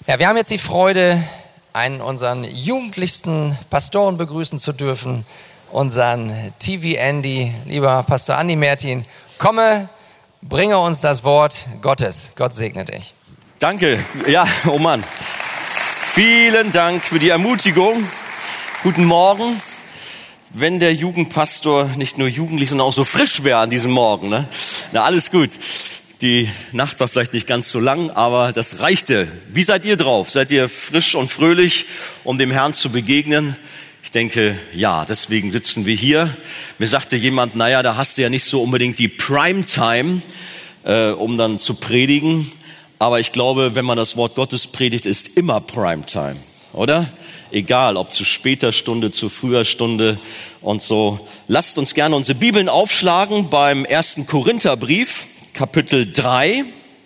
Ja, wir haben jetzt die Freude, einen unseren jugendlichsten Pastoren begrüßen zu dürfen, unseren TV Andy, lieber Pastor Andi Mertin. Komme, bringe uns das Wort Gottes. Gott segne dich. Danke. Ja, oh Mann. Vielen Dank für die Ermutigung. Guten Morgen. Wenn der Jugendpastor nicht nur jugendlich, sondern auch so frisch wäre an diesem Morgen, ne? Na, alles gut. Die Nacht war vielleicht nicht ganz so lang, aber das reichte. Wie seid ihr drauf? Seid ihr frisch und fröhlich, um dem Herrn zu begegnen? Ich denke, ja, deswegen sitzen wir hier. Mir sagte jemand, naja, da hast du ja nicht so unbedingt die Primetime, um dann zu predigen. Aber ich glaube, wenn man das Wort Gottes predigt, ist immer Primetime, oder? Egal, ob zu später Stunde, zu früher Stunde und so. Lasst uns gerne unsere Bibeln aufschlagen beim 1. Korintherbrief, Kapitel 3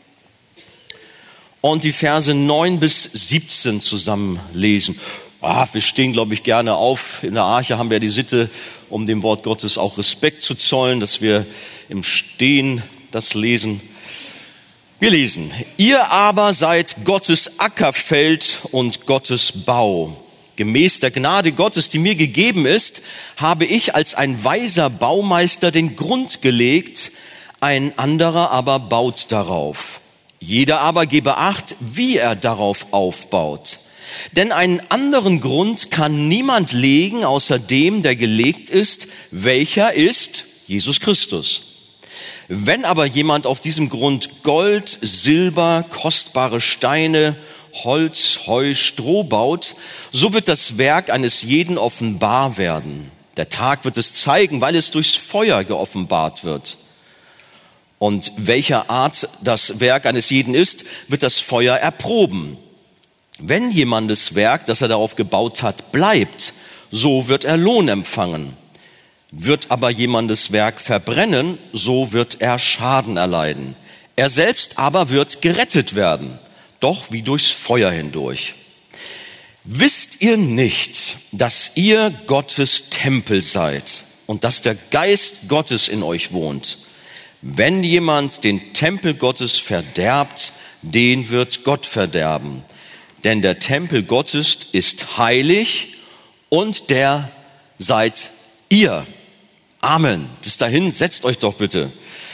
und die Verse 9 bis 17 zusammen lesen. Wir stehen, glaube ich, gerne auf. In der Arche haben wir die Sitte, um dem Wort Gottes auch Respekt zu zollen, dass wir im Stehen das lesen. Wir lesen: Ihr aber seid Gottes Ackerfeld und Gottes Bau. Gemäß der Gnade Gottes, die mir gegeben ist, habe ich als ein weiser Baumeister den Grund gelegt, ein anderer aber baut darauf. Jeder aber gebe Acht, wie er darauf aufbaut. Denn einen anderen Grund kann niemand legen, außer dem, der gelegt ist, welcher ist Jesus Christus. Wenn aber jemand auf diesem Grund Gold, Silber, kostbare Steine, Holz, Heu, Stroh baut, so wird das Werk eines jeden offenbar werden. Der Tag wird es zeigen, weil es durchs Feuer geoffenbart wird. Und welcher Art das Werk eines jeden ist, wird das Feuer erproben. Wenn jemandes Werk, das er darauf gebaut hat, bleibt, so wird er Lohn empfangen. Wird aber jemandes Werk verbrennen, so wird er Schaden erleiden. Er selbst aber wird gerettet werden, doch wie durchs Feuer hindurch. Wisst ihr nicht, dass ihr Gottes Tempel seid und dass der Geist Gottes in euch wohnt? Wenn jemand den Tempel Gottes verderbt, den wird Gott verderben. Denn der Tempel Gottes ist heilig und der seid ihr. Amen. Bis dahin, setzt euch doch bitte.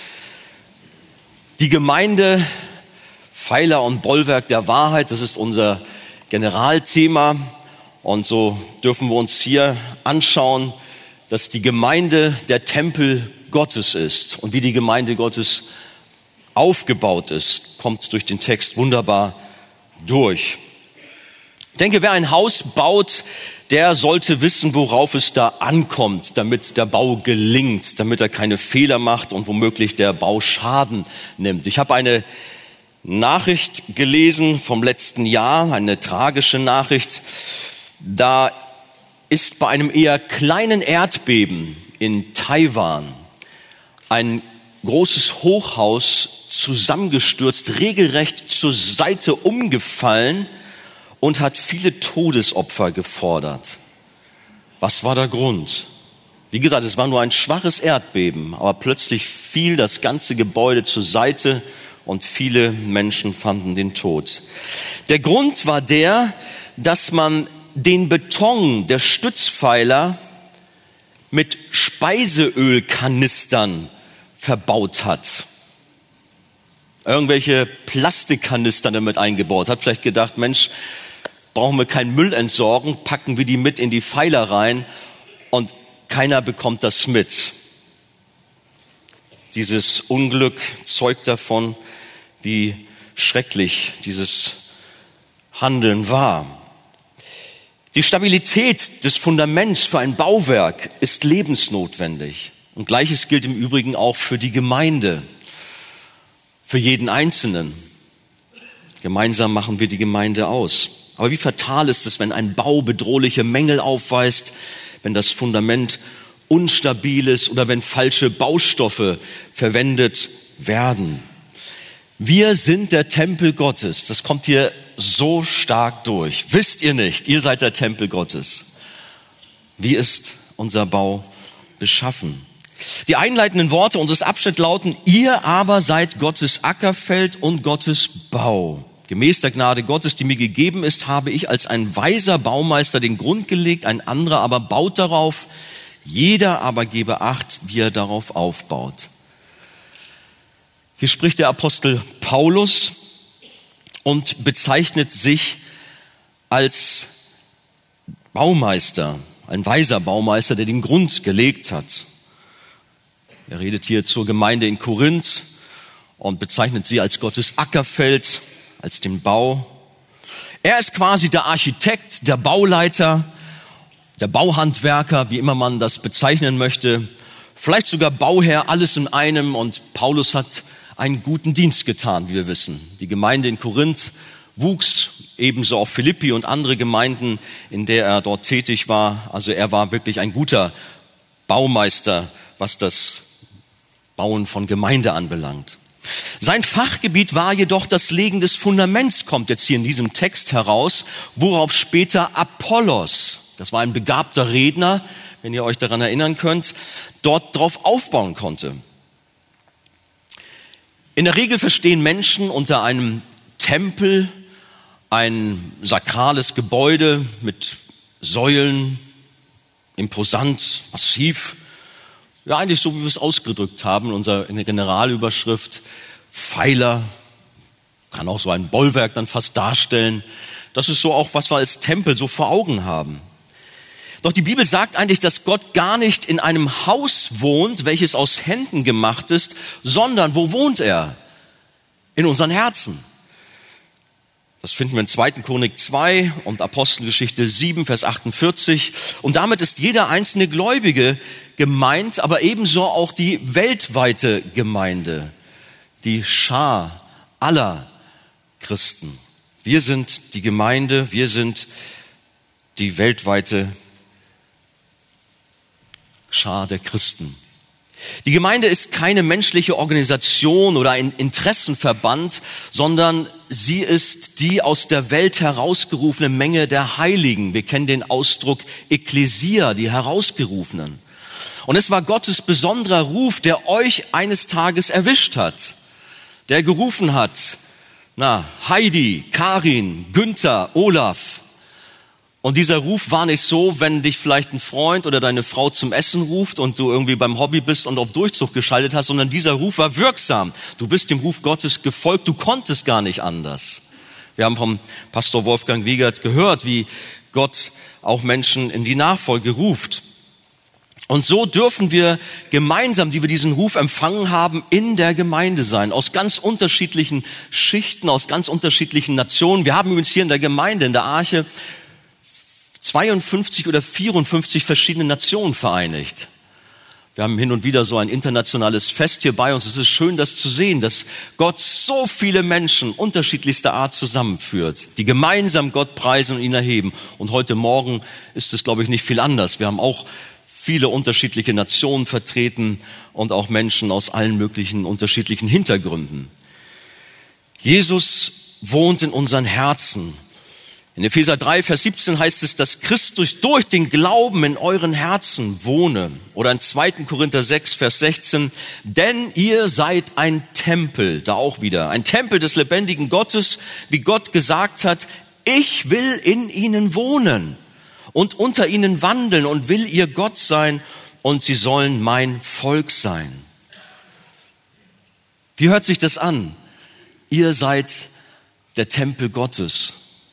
Die Gemeinde, Pfeiler und Bollwerk der Wahrheit, das ist unser Generalthema. Und so dürfen wir uns hier anschauen, dass die Gemeinde der Tempel Gottes ist. Und wie die Gemeinde Gottes aufgebaut ist, kommt durch den Text wunderbar durch. Ich denke, wer ein Haus baut, der sollte wissen, worauf es da ankommt, damit der Bau gelingt, damit er keine Fehler macht und womöglich der Bau Schaden nimmt. Ich habe eine Nachricht gelesen vom letzten Jahr, eine tragische Nachricht. Da ist bei einem eher kleinen Erdbeben in Taiwan ein großes Hochhaus zusammengestürzt, regelrecht zur Seite umgefallen und hat viele Todesopfer gefordert. Was war der Grund? Wie gesagt, es war nur ein schwaches Erdbeben, aber plötzlich fiel das ganze Gebäude zur Seite und viele Menschen fanden den Tod. Der Grund war der, dass man den Beton der Stützpfeiler mit Speiseölkanistern verbaut hat. Irgendwelche Plastikkanister damit eingebaut. Hat vielleicht gedacht, Mensch, brauchen wir keinen Müll entsorgen, packen wir die mit in die Pfeiler rein und keiner bekommt das mit. Dieses Unglück zeugt davon, wie schrecklich dieses Handeln war. Die Stabilität des Fundaments für ein Bauwerk ist lebensnotwendig. Und Gleiches gilt im Übrigen auch für die Gemeinde, für jeden Einzelnen. Gemeinsam machen wir die Gemeinde aus. Aber wie fatal ist es, wenn ein Bau bedrohliche Mängel aufweist, wenn das Fundament unstabil ist oder wenn falsche Baustoffe verwendet werden. Wir sind der Tempel Gottes. Das kommt hier so stark durch. Wisst ihr nicht, ihr seid der Tempel Gottes. Wie ist unser Bau beschaffen? Die einleitenden Worte unseres Abschnitts lauten: Ihr aber seid Gottes Ackerfeld und Gottes Bau. Gemäß der Gnade Gottes, die mir gegeben ist, habe ich als ein weiser Baumeister den Grund gelegt, ein anderer aber baut darauf. Jeder aber gebe Acht, wie er darauf aufbaut. Hier spricht der Apostel Paulus und bezeichnet sich als Baumeister, ein weiser Baumeister, der den Grund gelegt hat. Er redet hier zur Gemeinde in Korinth und bezeichnet sie als Gottes Ackerfeld, als den Bau. Er ist quasi der Architekt, der Bauleiter, der Bauhandwerker, wie immer man das bezeichnen möchte. Vielleicht sogar Bauherr, alles in einem. Und Paulus hat einen guten Dienst getan, wie wir wissen. Die Gemeinde in Korinth wuchs, ebenso auch Philippi und andere Gemeinden, in der er dort tätig war. Also er war wirklich ein guter Baumeister, was das Bauen von Gemeinde anbelangt. Sein Fachgebiet war jedoch das Legen des Fundaments, kommt jetzt hier in diesem Text heraus, worauf später Apollos, das war ein begabter Redner, wenn ihr euch daran erinnern könnt, dort drauf aufbauen konnte. In der Regel verstehen Menschen unter einem Tempel ein sakrales Gebäude mit Säulen, imposant, massiv. Ja, eigentlich so, wie wir es ausgedrückt haben in der Generalüberschrift. Pfeiler, kann auch so ein Bollwerk dann fast darstellen. Das ist so auch, was wir als Tempel so vor Augen haben. Doch die Bibel sagt eigentlich, dass Gott gar nicht in einem Haus wohnt, welches aus Händen gemacht ist, sondern wo wohnt er? In unseren Herzen. Das finden wir in 2. Chronik 2 und Apostelgeschichte 7, Vers 48. Und damit ist jeder einzelne Gläubige gemeint, aber ebenso auch die weltweite Gemeinde, die Schar aller Christen. Wir sind die Gemeinde, wir sind die weltweite Schar der Christen. Die Gemeinde ist keine menschliche Organisation oder ein Interessenverband, sondern sie ist die aus der Welt herausgerufene Menge der Heiligen. Wir kennen den Ausdruck Ekklesia, die Herausgerufenen. Und es war Gottes besonderer Ruf, der euch eines Tages erwischt hat, der gerufen hat, Heidi, Karin, Günther, Olaf. Und dieser Ruf war nicht so, wenn dich vielleicht ein Freund oder deine Frau zum Essen ruft und du irgendwie beim Hobby bist und auf Durchzug geschaltet hast, sondern dieser Ruf war wirksam. Du bist dem Ruf Gottes gefolgt, du konntest gar nicht anders. Wir haben vom Pastor Wolfgang Wiegert gehört, wie Gott auch Menschen in die Nachfolge ruft. Und so dürfen wir gemeinsam, die wir diesen Ruf empfangen haben, in der Gemeinde sein, aus ganz unterschiedlichen Schichten, aus ganz unterschiedlichen Nationen. Wir haben übrigens hier in der Gemeinde, in der Arche, 52 oder 54 verschiedene Nationen vereinigt. Wir haben hin und wieder so ein internationales Fest hier bei uns. Es ist schön, das zu sehen, dass Gott so viele Menschen unterschiedlichster Art zusammenführt, die gemeinsam Gott preisen und ihn erheben. Und heute Morgen ist es, glaube ich, nicht viel anders. Wir haben auch viele unterschiedliche Nationen vertreten und auch Menschen aus allen möglichen unterschiedlichen Hintergründen. Jesus wohnt in unseren Herzen. In Epheser 3, Vers 17 heißt es, dass Christus durch den Glauben in euren Herzen wohne. Oder in 2. Korinther 6, Vers 16, denn ihr seid ein Tempel, da auch wieder, ein Tempel des lebendigen Gottes, wie Gott gesagt hat, ich will in ihnen wohnen und unter ihnen wandeln und will ihr Gott sein und sie sollen mein Volk sein. Wie hört sich das an? Ihr seid der Tempel Gottes.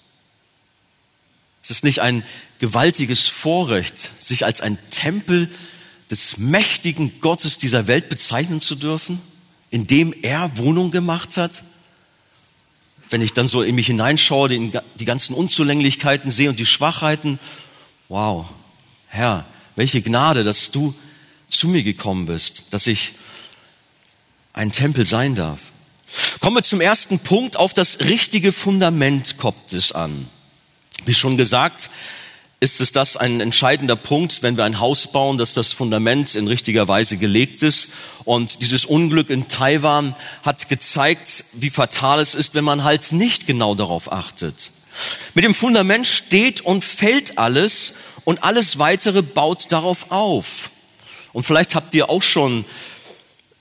Es ist nicht ein gewaltiges Vorrecht, sich als ein Tempel des mächtigen Gottes dieser Welt bezeichnen zu dürfen, in dem er Wohnung gemacht hat? Wenn ich dann so in mich hineinschaue, die ganzen Unzulänglichkeiten sehe und die Schwachheiten, wow, Herr, welche Gnade, dass du zu mir gekommen bist, dass ich ein Tempel sein darf. Kommen wir zum ersten Punkt, auf das richtige Fundament kommt es an. Wie schon gesagt, ist es das ein entscheidender Punkt, wenn wir ein Haus bauen, dass das Fundament in richtiger Weise gelegt ist. Und dieses Unglück in Taiwan hat gezeigt, wie fatal es ist, wenn man halt nicht genau darauf achtet. Mit dem Fundament steht und fällt alles und alles Weitere baut darauf auf. Und vielleicht habt ihr auch schon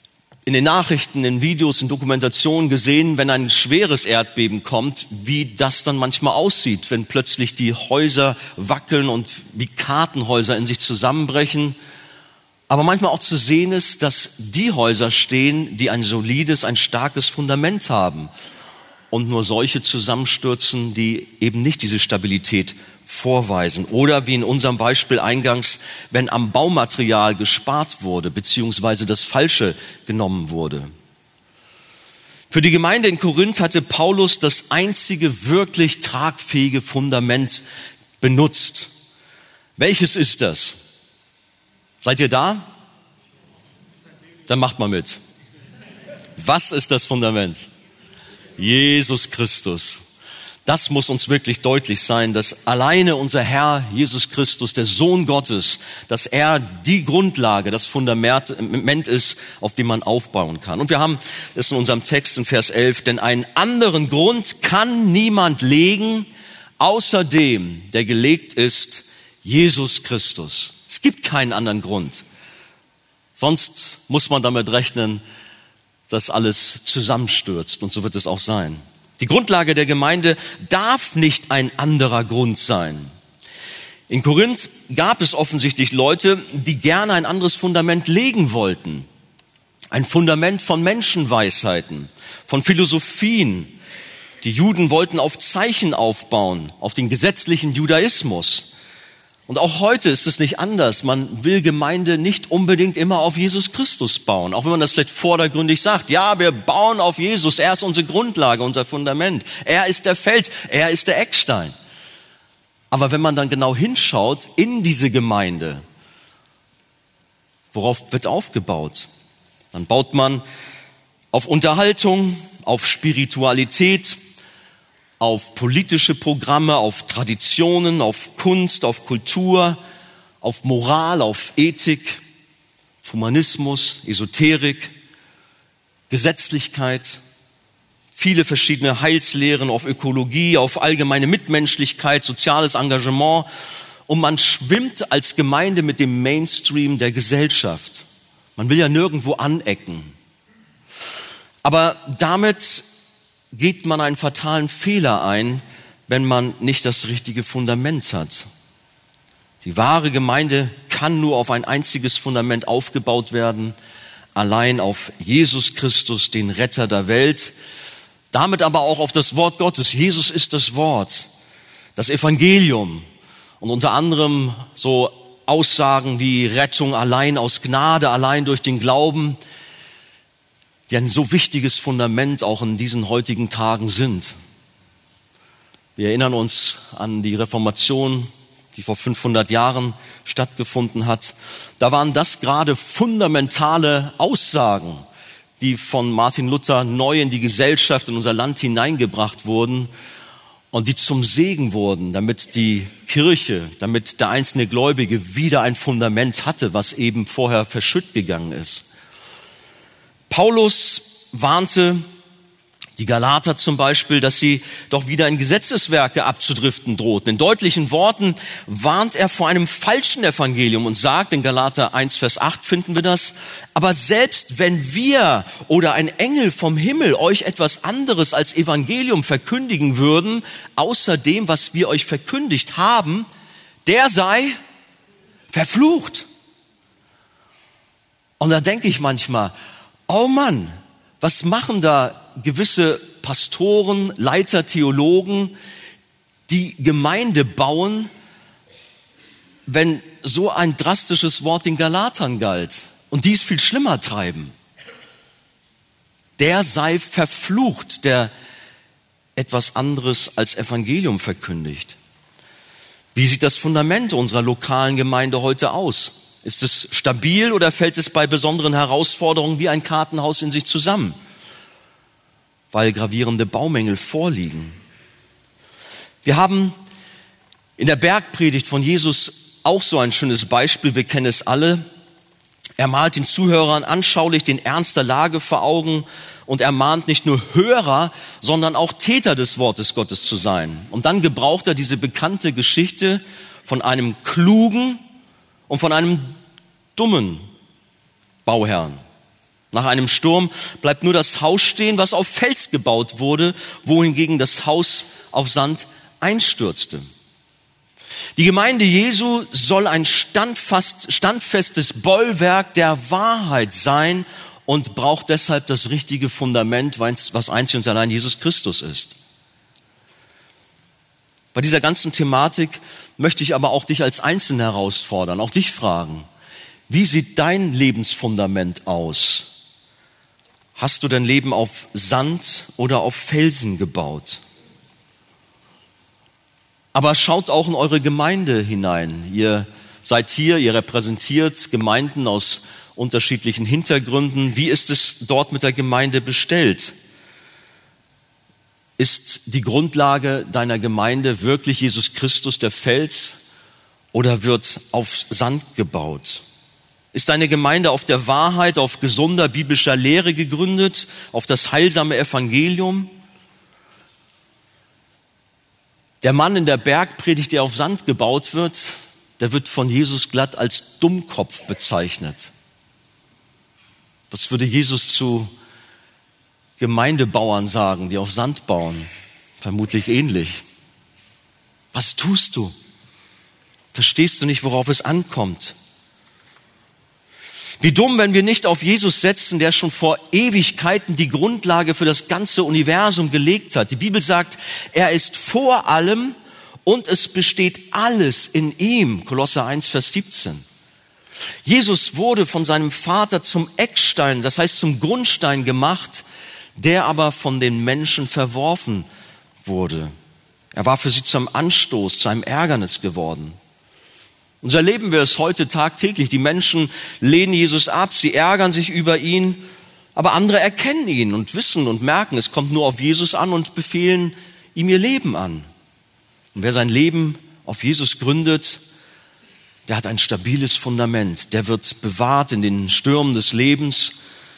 in den Nachrichten, in Videos, in Dokumentationen gesehen, wenn ein schweres Erdbeben kommt, wie das dann manchmal aussieht, wenn plötzlich die Häuser wackeln und wie Kartenhäuser in sich zusammenbrechen. Aber manchmal auch zu sehen ist, dass die Häuser stehen, die ein solides, ein starkes Fundament haben und nur solche zusammenstürzen, die eben nicht diese Stabilität vorweisen. Oder wie in unserem Beispiel eingangs, wenn am Baumaterial gespart wurde, beziehungsweise das Falsche genommen wurde. Für die Gemeinde in Korinth hatte Paulus das einzige wirklich tragfähige Fundament benutzt. Welches ist das? Seid ihr da? Dann macht mal mit. Was ist das Fundament? Jesus Christus. Das muss uns wirklich deutlich sein, dass alleine unser Herr Jesus Christus, der Sohn Gottes, dass er die Grundlage, das Fundament ist, auf dem man aufbauen kann. Und wir haben es in unserem Text in Vers 11, denn einen anderen Grund kann niemand legen, außer dem, der gelegt ist, Jesus Christus. Es gibt keinen anderen Grund. Sonst muss man damit rechnen, dass alles zusammenstürzt. Und so wird es auch sein. Die Grundlage der Gemeinde darf nicht ein anderer Grund sein. In Korinth gab es offensichtlich Leute, die gerne ein anderes Fundament legen wollten. Ein Fundament von Menschenweisheiten, von Philosophien. Die Juden wollten auf Zeichen aufbauen, auf den gesetzlichen Judaismus. Und auch heute ist es nicht anders. Man will Gemeinde nicht unbedingt immer auf Jesus Christus bauen. Auch wenn man das vielleicht vordergründig sagt. Ja, wir bauen auf Jesus. Er ist unsere Grundlage, unser Fundament. Er ist der Fels, er ist der Eckstein. Aber wenn man dann genau hinschaut in diese Gemeinde, worauf wird aufgebaut? Dann baut man auf Unterhaltung, auf Spiritualität, auf politische Programme, auf Traditionen, auf Kunst, auf Kultur, auf Moral, auf Ethik, auf Humanismus, Esoterik, Gesetzlichkeit, viele verschiedene Heilslehren, auf Ökologie, auf allgemeine Mitmenschlichkeit, soziales Engagement. Und man schwimmt als Gemeinde mit dem Mainstream der Gesellschaft. Man will ja nirgendwo anecken. Aber damit geht man einen fatalen Fehler ein, wenn man nicht das richtige Fundament hat. Die wahre Gemeinde kann nur auf ein einziges Fundament aufgebaut werden, allein auf Jesus Christus, den Retter der Welt, damit aber auch auf das Wort Gottes. Jesus ist das Wort, das Evangelium und unter anderem so Aussagen wie Rettung allein aus Gnade, allein durch den Glauben, die ein so wichtiges Fundament auch in diesen heutigen Tagen sind. Wir erinnern uns an die Reformation, die vor 500 Jahren stattgefunden hat. Da waren das gerade fundamentale Aussagen, die von Martin Luther neu in die Gesellschaft, in unser Land hineingebracht wurden und die zum Segen wurden, damit die Kirche, damit der einzelne Gläubige wieder ein Fundament hatte, was eben vorher verschütt gegangen ist. Paulus warnte die Galater zum Beispiel, dass sie doch wieder in Gesetzeswerke abzudriften drohten. In deutlichen Worten warnt er vor einem falschen Evangelium und sagt, in Galater 1, Vers 8 finden wir das, aber selbst wenn wir oder ein Engel vom Himmel euch etwas anderes als Evangelium verkündigen würden, außer dem, was wir euch verkündigt haben, der sei verflucht. Und da denke ich manchmal, oh Mann, was machen da gewisse Pastoren, Leiter, Theologen, die Gemeinde bauen, wenn so ein drastisches Wort den Galatern galt und dies viel schlimmer treiben? Der sei verflucht, der etwas anderes als Evangelium verkündigt. Wie sieht das Fundament unserer lokalen Gemeinde heute aus? Ist es stabil oder fällt es bei besonderen Herausforderungen wie ein Kartenhaus in sich zusammen, weil gravierende Baumängel vorliegen? Wir haben in der Bergpredigt von Jesus auch so ein schönes Beispiel, wir kennen es alle. Er malt den Zuhörern anschaulich den Ernst der Lage vor Augen und er mahnt nicht nur Hörer, sondern auch Täter des Wortes Gottes zu sein. Und dann gebraucht er diese bekannte Geschichte von einem klugen und von einem dummen Bauherrn. Nach einem Sturm bleibt nur das Haus stehen, was auf Fels gebaut wurde, wohingegen das Haus auf Sand einstürzte. Die Gemeinde Jesu soll ein standfestes Bollwerk der Wahrheit sein und braucht deshalb das richtige Fundament, was einzig und allein Jesus Christus ist. Bei dieser ganzen Thematik möchte ich aber auch dich als Einzelnen herausfordern, auch dich fragen: Wie sieht dein Lebensfundament aus? Hast du dein Leben auf Sand oder auf Felsen gebaut? Aber schaut auch in eure Gemeinde hinein. Ihr seid hier, ihr repräsentiert Gemeinden aus unterschiedlichen Hintergründen. Wie ist es dort mit der Gemeinde bestellt? Ist die Grundlage deiner Gemeinde wirklich Jesus Christus, der Fels, oder wird auf Sand gebaut? Ist deine Gemeinde auf der Wahrheit, auf gesunder biblischer Lehre gegründet, auf das heilsame Evangelium? Der Mann in der Bergpredigt, der auf Sand gebaut wird, der wird von Jesus glatt als Dummkopf bezeichnet. Was würde Jesus zu Gemeindebauern sagen, die auf Sand bauen? Vermutlich ähnlich. Was tust du? Verstehst du nicht, worauf es ankommt? Wie dumm, wenn wir nicht auf Jesus setzen, der schon vor Ewigkeiten die Grundlage für das ganze Universum gelegt hat. Die Bibel sagt, er ist vor allem und es besteht alles in ihm. Kolosser 1, Vers 17. Jesus wurde von seinem Vater zum Eckstein, das heißt zum Grundstein gemacht, der aber von den Menschen verworfen wurde. Er war für sie zum Anstoß, zu einem Ärgernis geworden. Und so erleben wir es heute tagtäglich. Die Menschen lehnen Jesus ab, sie ärgern sich über ihn, aber andere erkennen ihn und wissen und merken, es kommt nur auf Jesus an und befehlen ihm ihr Leben an. Und wer sein Leben auf Jesus gründet, der hat ein stabiles Fundament, der wird bewahrt in den Stürmen des Lebens,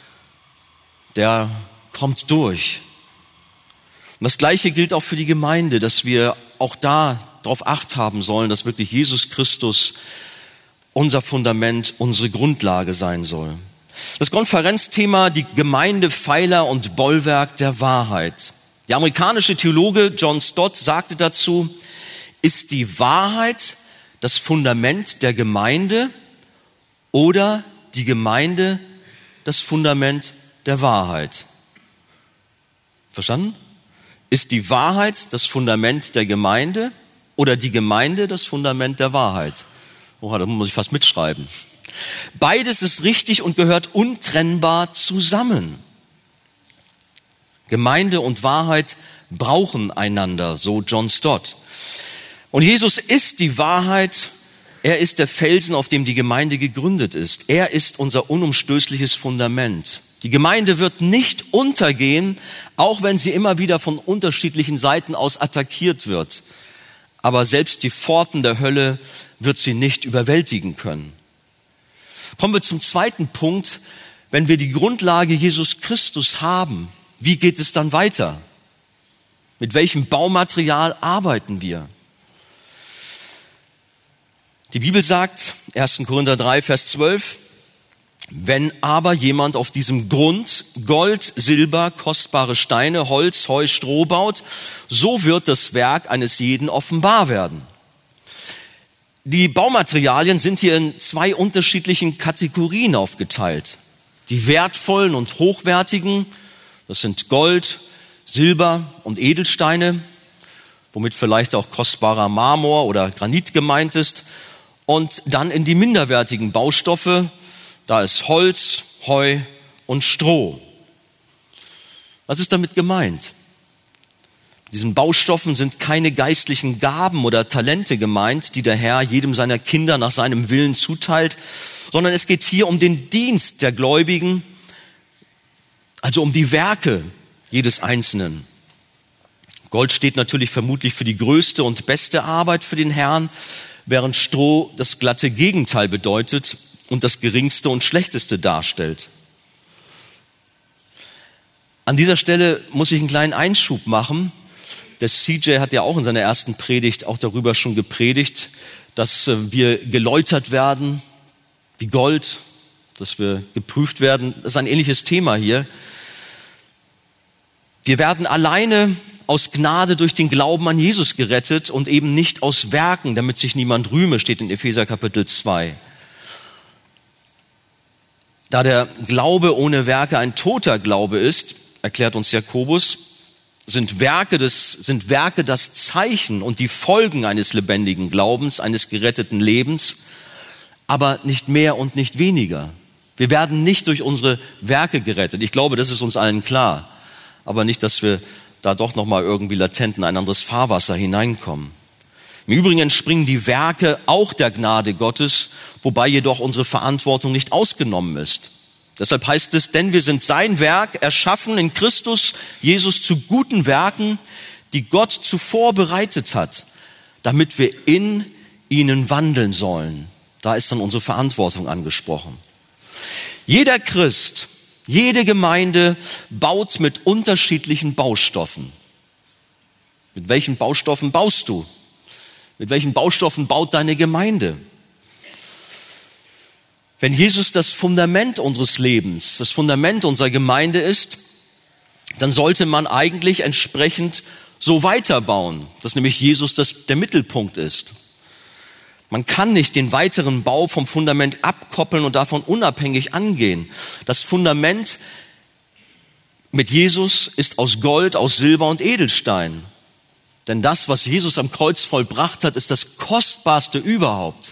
der kommt durch. Und das Gleiche gilt auch für die Gemeinde, dass wir auch da darauf Acht haben sollen, dass wirklich Jesus Christus unser Fundament, unsere Grundlage sein soll. Das Konferenzthema, die Gemeinde, Pfeiler und Bollwerk der Wahrheit. Der amerikanische Theologe John Stott sagte dazu: Ist die Wahrheit das Fundament der Gemeinde oder die Gemeinde das Fundament der Wahrheit? Verstanden? Ist die Wahrheit das Fundament der Gemeinde oder die Gemeinde das Fundament der Wahrheit? Oh, da muss ich fast mitschreiben. Beides ist richtig und gehört untrennbar zusammen. Gemeinde und Wahrheit brauchen einander, so John Stott. Und Jesus ist die Wahrheit, er ist der Felsen, auf dem die Gemeinde gegründet ist. Er ist unser unumstößliches Fundament. Die Gemeinde wird nicht untergehen, auch wenn sie immer wieder von unterschiedlichen Seiten aus attackiert wird. Aber selbst die Pforten der Hölle wird sie nicht überwältigen können. Kommen wir zum zweiten Punkt. Wenn wir die Grundlage Jesus Christus haben, wie geht es dann weiter? Mit welchem Baumaterial arbeiten wir? Die Bibel sagt, 1. Korinther 3, Vers 12, wenn aber jemand auf diesem Grund Gold, Silber, kostbare Steine, Holz, Heu, Stroh baut, so wird das Werk eines jeden offenbar werden. Die Baumaterialien sind hier in zwei unterschiedlichen Kategorien aufgeteilt. Die wertvollen und hochwertigen, das sind Gold, Silber und Edelsteine, womit vielleicht auch kostbarer Marmor oder Granit gemeint ist. Und dann in die minderwertigen Baustoffe, da ist Holz, Heu und Stroh. Was ist damit gemeint? Diesen Baustoffen sind keine geistlichen Gaben oder Talente gemeint, die der Herr jedem seiner Kinder nach seinem Willen zuteilt, sondern es geht hier um den Dienst der Gläubigen, also um die Werke jedes Einzelnen. Gold steht natürlich vermutlich für die größte und beste Arbeit für den Herrn, während Stroh das glatte Gegenteil bedeutet und das geringste und schlechteste darstellt. An dieser Stelle muss ich einen kleinen Einschub machen. Der CJ hat ja auch in seiner ersten Predigt auch darüber schon gepredigt, dass wir geläutert werden wie Gold, dass wir geprüft werden. Das ist ein ähnliches Thema hier. Wir werden alleine aus Gnade durch den Glauben an Jesus gerettet und eben nicht aus Werken, damit sich niemand rühme, steht in Epheser Kapitel 2. Da der Glaube ohne Werke ein toter Glaube ist, erklärt uns Jakobus, sind Werke das Zeichen und die Folgen eines lebendigen Glaubens, eines geretteten Lebens, aber nicht mehr und nicht weniger. Wir werden nicht durch unsere Werke gerettet. Ich glaube, das ist uns allen klar. Aber nicht, dass wir da doch nochmal irgendwie latent in ein anderes Fahrwasser hineinkommen. Im Übrigen entspringen die Werke auch der Gnade Gottes, wobei jedoch unsere Verantwortung nicht ausgenommen ist. Deshalb heißt es, denn wir sind sein Werk, erschaffen in Christus Jesus zu guten Werken, die Gott zuvor bereitet hat, damit wir in ihnen wandeln sollen. Da ist dann unsere Verantwortung angesprochen. Jeder Christ, jede Gemeinde baut mit unterschiedlichen Baustoffen. Mit welchen Baustoffen baust du? Mit welchen Baustoffen baut deine Gemeinde? Wenn Jesus das Fundament unseres Lebens, das Fundament unserer Gemeinde ist, dann sollte man eigentlich entsprechend so weiterbauen, dass nämlich Jesus der Mittelpunkt ist. Man kann nicht den weiteren Bau vom Fundament abkoppeln und davon unabhängig angehen. Das Fundament mit Jesus ist aus Gold, aus Silber und Edelstein. Denn das, was Jesus am Kreuz vollbracht hat, ist das Kostbarste überhaupt.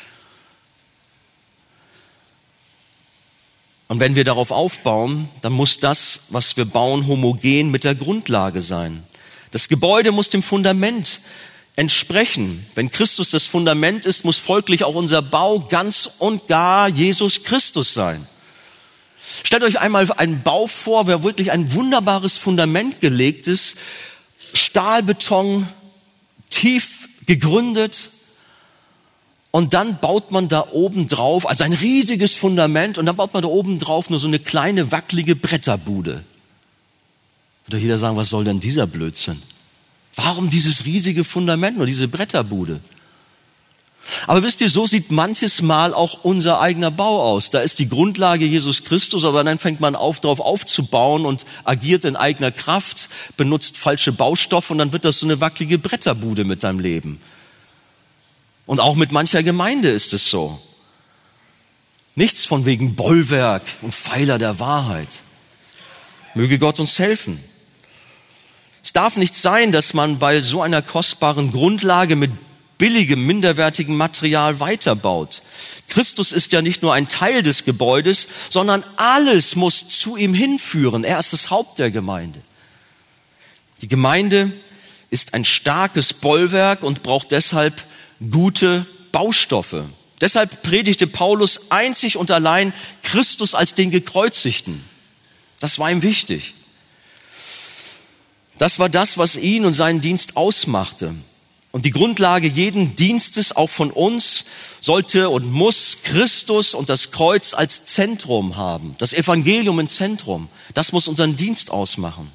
Und wenn wir darauf aufbauen, dann muss das, was wir bauen, homogen mit der Grundlage sein. Das Gebäude muss dem Fundament entsprechen. Wenn Christus das Fundament ist, muss folglich auch unser Bau ganz und gar Jesus Christus sein. Stellt euch einmal einen Bau vor, wo wirklich ein wunderbares Fundament gelegt ist, Stahlbeton, tief gegründet, und dann baut man da oben drauf, also ein riesiges Fundament, und dann baut man da oben drauf nur so eine kleine, wackelige Bretterbude. Würde jeder sagen, was soll denn dieser Blödsinn? Warum dieses riesige Fundament, nur diese Bretterbude? Aber wisst ihr, so sieht manches Mal auch unser eigener Bau aus. Da ist die Grundlage Jesus Christus, aber dann fängt man drauf aufzubauen und agiert in eigener Kraft, benutzt falsche Baustoffe, und dann wird das so eine wackelige Bretterbude mit deinem Leben. Und auch mit mancher Gemeinde ist es so. Nichts von wegen Bollwerk und Pfeiler der Wahrheit. Möge Gott uns helfen. Es darf nicht sein, dass man bei so einer kostbaren Grundlage mit billigem, minderwertigem Material weiterbaut. Christus ist ja nicht nur ein Teil des Gebäudes, sondern alles muss zu ihm hinführen. Er ist das Haupt der Gemeinde. Die Gemeinde ist ein starkes Bollwerk und braucht deshalb gute Baustoffe. Deshalb predigte Paulus einzig und allein Christus als den Gekreuzigten. Das war ihm wichtig. Das war das, was ihn und seinen Dienst ausmachte. Und die Grundlage jeden Dienstes, auch von uns, sollte und muss Christus und das Kreuz als Zentrum haben. Das Evangelium im Zentrum. Das muss unseren Dienst ausmachen.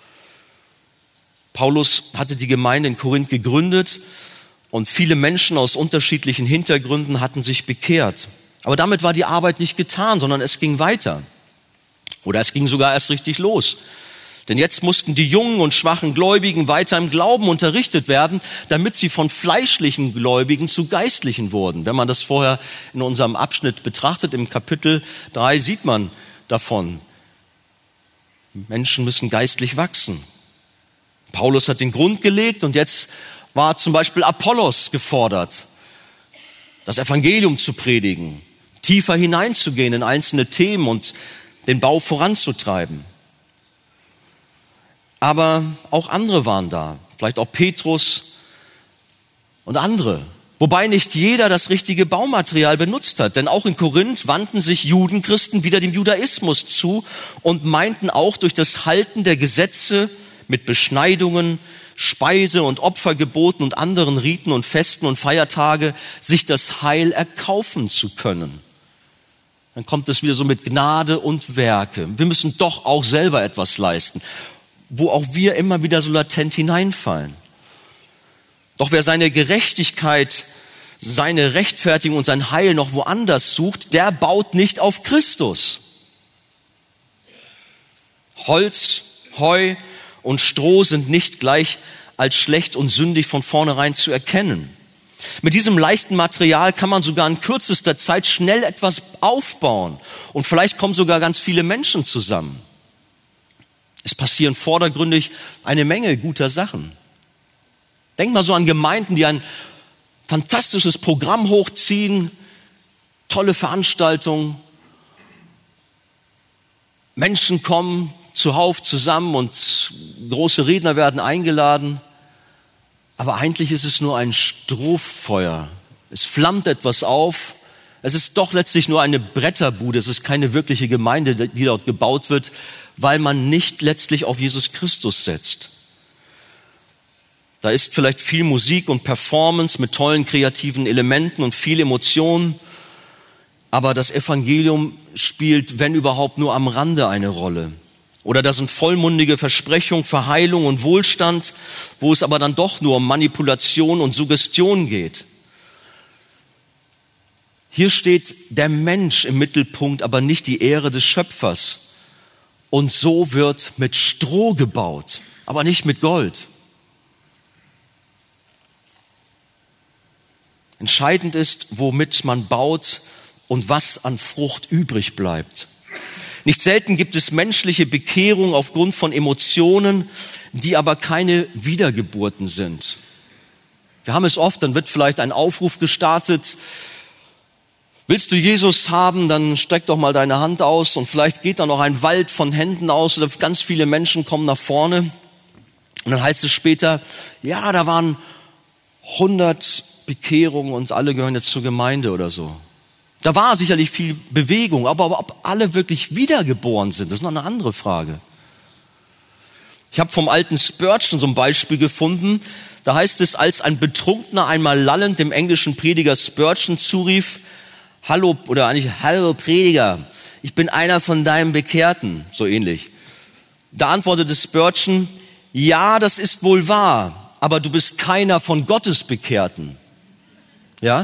Paulus hatte die Gemeinde in Korinth gegründet, und viele Menschen aus unterschiedlichen Hintergründen hatten sich bekehrt. Aber damit war die Arbeit nicht getan, sondern es ging weiter. Oder es ging sogar erst richtig los. Denn jetzt mussten die jungen und schwachen Gläubigen weiter im Glauben unterrichtet werden, damit sie von fleischlichen Gläubigen zu geistlichen wurden. Wenn man das vorher in unserem Abschnitt betrachtet, im Kapitel 3 sieht man davon. Menschen müssen geistlich wachsen. Paulus hat den Grund gelegt, und jetzt war zum Beispiel Apollos gefordert, das Evangelium zu predigen, tiefer hineinzugehen in einzelne Themen und den Bau voranzutreiben. Aber auch andere waren da, vielleicht auch Petrus und andere. Wobei nicht jeder das richtige Baumaterial benutzt hat. Denn auch in Korinth wandten sich Judenchristen wieder dem Judaismus zu und meinten auch durch das Halten der Gesetze mit Beschneidungen, Speise- und Opfergeboten und anderen Riten und Festen und Feiertage sich das Heil erkaufen zu können. Dann kommt es wieder so mit Gnade und Werke. Wir müssen doch auch selber etwas leisten, wo auch wir immer wieder so latent hineinfallen. Doch wer seine Gerechtigkeit seine Rechtfertigung und sein Heil noch woanders sucht, der baut nicht auf Christus. Holz, Heu und Stroh sind nicht gleich als schlecht und sündig von vornherein zu erkennen. Mit diesem leichten Material kann man sogar in kürzester Zeit schnell etwas aufbauen und vielleicht kommen sogar ganz viele Menschen zusammen. Es passieren vordergründig eine Menge guter Sachen. Denk mal so an Gemeinden, die ein fantastisches Programm hochziehen, tolle Veranstaltungen. Menschen kommen zuhauf zusammen und große Redner werden eingeladen. Aber eigentlich ist es nur ein Strohfeuer. Es flammt etwas auf. Es ist doch letztlich nur eine Bretterbude. Es ist keine wirkliche Gemeinde, die dort gebaut wird, weil man nicht letztlich auf Jesus Christus setzt. Da ist vielleicht viel Musik und Performance mit tollen kreativen Elementen und viel Emotionen. Aber das Evangelium spielt, wenn überhaupt, nur am Rande eine Rolle. Oder das sind vollmundige Versprechungen für Heilung und Wohlstand, wo es aber dann doch nur um Manipulation und Suggestion geht. Hier steht der Mensch im Mittelpunkt, aber nicht die Ehre des Schöpfers. Und so wird mit Stroh gebaut, aber nicht mit Gold. Entscheidend ist, womit man baut und was an Frucht übrig bleibt. Nicht selten gibt es menschliche Bekehrung aufgrund von Emotionen, die aber keine Wiedergeburten sind. Wir haben es oft, dann wird vielleicht ein Aufruf gestartet. Willst du Jesus haben, dann streck doch mal deine Hand aus und vielleicht geht da noch ein Wald von Händen aus oder ganz viele Menschen kommen nach vorne. Und dann heißt es später, ja, da waren 100 Bekehrungen und alle gehören jetzt zur Gemeinde oder so. Da war sicherlich viel Bewegung, aber ob alle wirklich wiedergeboren sind, das ist noch eine andere Frage. Ich habe vom alten Spurgeon so ein Beispiel gefunden. Da heißt es, als ein Betrunkener einmal lallend dem englischen Prediger Spurgeon zurief, hallo Prediger, ich bin einer von deinen Bekehrten, so ähnlich. Da antwortete Spurgeon, ja, das ist wohl wahr, aber du bist keiner von Gottes Bekehrten. Ja?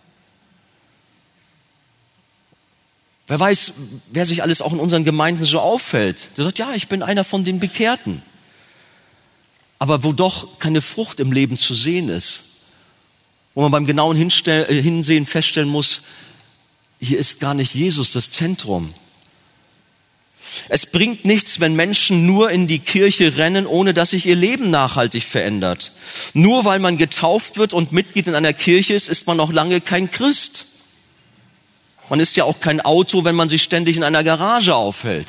Wer weiß, wer sich alles auch in unseren Gemeinden so auffällt. Der sagt, ja, ich bin einer von den Bekehrten. Aber wo doch keine Frucht im Leben zu sehen ist. Wo man beim genauen Hinsehen feststellen muss, hier ist gar nicht Jesus das Zentrum. Es bringt nichts, wenn Menschen nur in die Kirche rennen, ohne dass sich ihr Leben nachhaltig verändert. Nur weil man getauft wird und Mitglied in einer Kirche ist, ist man noch lange kein Christ. Man ist ja auch kein Auto, wenn man sich ständig in einer Garage aufhält.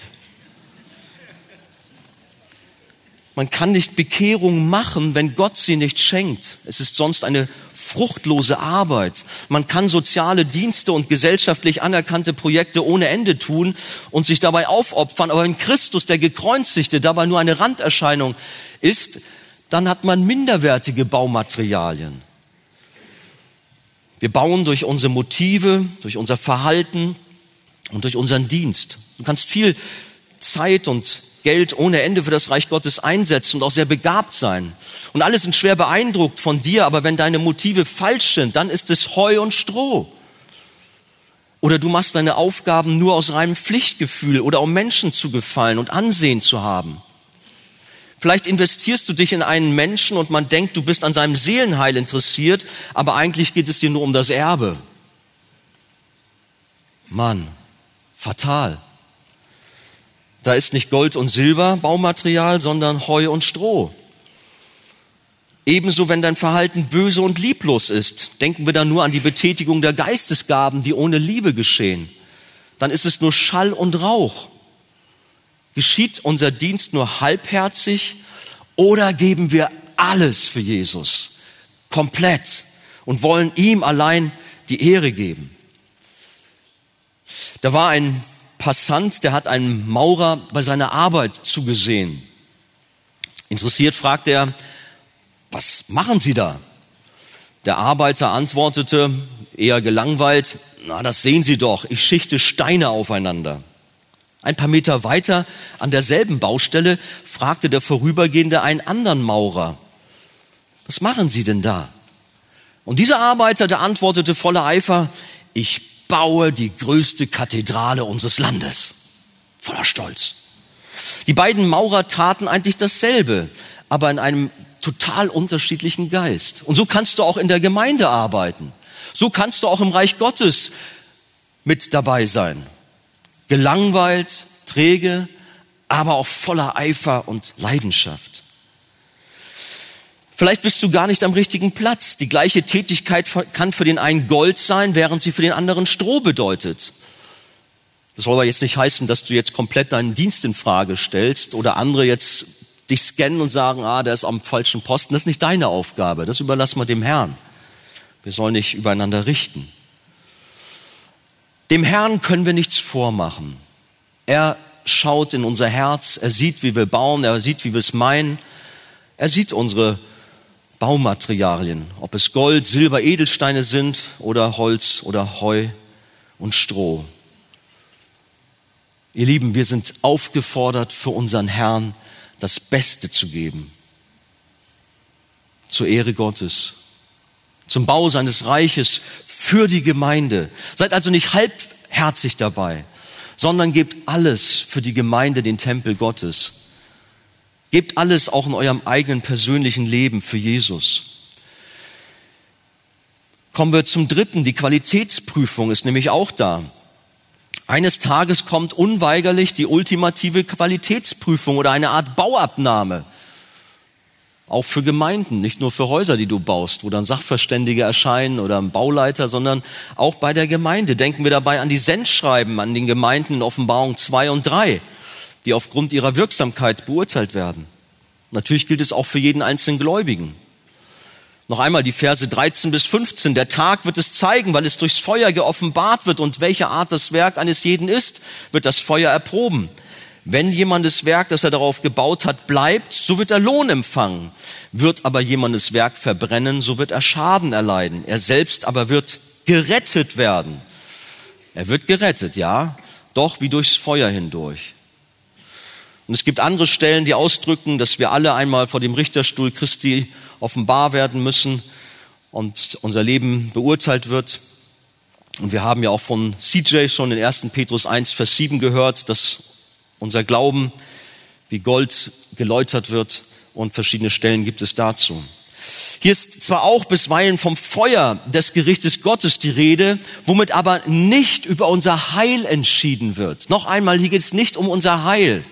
Man kann nicht Bekehrung machen, wenn Gott sie nicht schenkt. Es ist sonst eine fruchtlose Arbeit. Man kann soziale Dienste und gesellschaftlich anerkannte Projekte ohne Ende tun und sich dabei aufopfern. Aber wenn Christus, der Gekreuzigte, dabei nur eine Randerscheinung ist, dann hat man minderwertige Baumaterialien. Wir bauen durch unsere Motive, durch unser Verhalten und durch unseren Dienst. Du kannst viel Zeit und Geld ohne Ende für das Reich Gottes einsetzen und auch sehr begabt sein. Und alle sind schwer beeindruckt von dir, aber wenn deine Motive falsch sind, dann ist es Heu und Stroh. Oder du machst deine Aufgaben nur aus reinem Pflichtgefühl oder um Menschen zu gefallen und Ansehen zu haben. Vielleicht investierst du dich in einen Menschen und man denkt, du bist an seinem Seelenheil interessiert, aber eigentlich geht es dir nur um das Erbe. Mann, fatal. Da ist nicht Gold und Silber Baumaterial, sondern Heu und Stroh. Ebenso, wenn dein Verhalten böse und lieblos ist, denken wir dann nur an die Betätigung der Geistesgaben, die ohne Liebe geschehen. Dann ist es nur Schall und Rauch. Geschieht unser Dienst nur halbherzig oder geben wir alles für Jesus, komplett und wollen ihm allein die Ehre geben? Da war ein Passant, der hat einem Maurer bei seiner Arbeit zugesehen. Interessiert fragte er, was machen Sie da? Der Arbeiter antwortete, eher gelangweilt, na, das sehen Sie doch, ich schichte Steine aufeinander. Ein paar Meter weiter an derselben Baustelle fragte der Vorübergehende einen anderen Maurer, was machen Sie denn da? Und dieser Arbeiter, der antwortete voller Eifer, ich baue die größte Kathedrale unseres Landes. Voller Stolz. Die beiden Maurer taten eigentlich dasselbe, aber in einem total unterschiedlichen Geist. Und so kannst du auch in der Gemeinde arbeiten. So kannst du auch im Reich Gottes mit dabei sein. Gelangweilt, träge, aber auch voller Eifer und Leidenschaft. Vielleicht bist du gar nicht am richtigen Platz. Die gleiche Tätigkeit kann für den einen Gold sein, während sie für den anderen Stroh bedeutet. Das soll aber jetzt nicht heißen, dass du jetzt komplett deinen Dienst in Frage stellst oder andere jetzt dich scannen und sagen, der ist am falschen Posten. Das ist nicht deine Aufgabe. Das überlassen wir dem Herrn. Wir sollen nicht übereinander richten. Dem Herrn können wir nichts vormachen. Er schaut in unser Herz. Er sieht, wie wir bauen. Er sieht, wie wir es meinen. Er sieht unsere Baumaterialien, ob es Gold, Silber, Edelsteine sind oder Holz oder Heu und Stroh. Ihr Lieben, wir sind aufgefordert, für unseren Herrn das Beste zu geben. Zur Ehre Gottes, zum Bau seines Reiches, für die Gemeinde. Seid also nicht halbherzig dabei, sondern gebt alles für die Gemeinde, den Tempel Gottes. Gebt alles auch in eurem eigenen persönlichen Leben für Jesus. Kommen wir zum dritten. Die Qualitätsprüfung ist nämlich auch da. Eines Tages kommt unweigerlich die ultimative Qualitätsprüfung oder eine Art Bauabnahme. Auch für Gemeinden, nicht nur für Häuser, die du baust, wo dann Sachverständige erscheinen oder ein Bauleiter, sondern auch bei der Gemeinde. Denken wir dabei an die Sendschreiben an den Gemeinden in Offenbarung 2 und 3. Die aufgrund ihrer Wirksamkeit beurteilt werden. Natürlich gilt es auch für jeden einzelnen Gläubigen. Noch einmal die Verse 13 bis 15. Der Tag wird es zeigen, weil es durchs Feuer geoffenbart wird und welche Art das Werk eines jeden ist, wird das Feuer erproben. Wenn jemandes Werk, das er darauf gebaut hat, bleibt, so wird er Lohn empfangen. Wird aber jemandes Werk verbrennen, so wird er Schaden erleiden. Er selbst aber wird gerettet werden. Er wird gerettet, ja, doch wie durchs Feuer hindurch. Und es gibt andere Stellen, die ausdrücken, dass wir alle einmal vor dem Richterstuhl Christi offenbar werden müssen und unser Leben beurteilt wird. Und wir haben ja auch von CJ schon in 1. Petrus 1, Vers 7 gehört, dass unser Glauben wie Gold geläutert wird und verschiedene Stellen gibt es dazu. Hier ist zwar auch bisweilen vom Feuer des Gerichtes Gottes die Rede, womit aber nicht über unser Heil entschieden wird. Noch einmal, hier geht es nicht um unser Heil.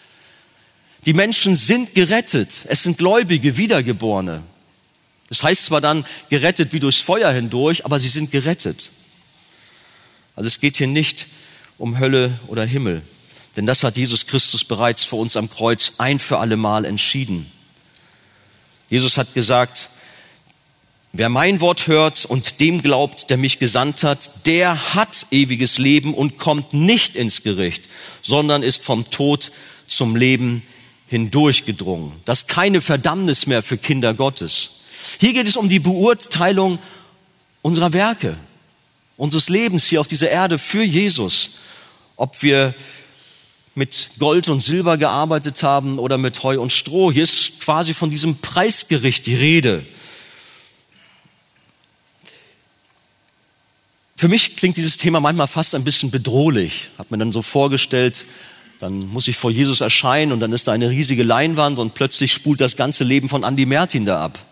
Die Menschen sind gerettet. Es sind Gläubige, Wiedergeborene. Das heißt zwar dann gerettet wie durchs Feuer hindurch, aber sie sind gerettet. Also es geht hier nicht um Hölle oder Himmel. Denn das hat Jesus Christus bereits für uns am Kreuz ein für alle Mal entschieden. Jesus hat gesagt, wer mein Wort hört und dem glaubt, der mich gesandt hat, der hat ewiges Leben und kommt nicht ins Gericht, sondern ist vom Tod zum Leben hindurchgedrungen. Das ist keine Verdammnis mehr für Kinder Gottes. Hier geht es um die Beurteilung unserer Werke, unseres Lebens hier auf dieser Erde für Jesus. Ob wir mit Gold und Silber gearbeitet haben oder mit Heu und Stroh. Hier ist quasi von diesem Preisgericht die Rede. Für mich klingt dieses Thema manchmal fast ein bisschen bedrohlich. Hab mir dann so vorgestellt, dann muss ich vor Jesus erscheinen und dann ist da eine riesige Leinwand und plötzlich spult das ganze Leben von Andi Mertin da ab.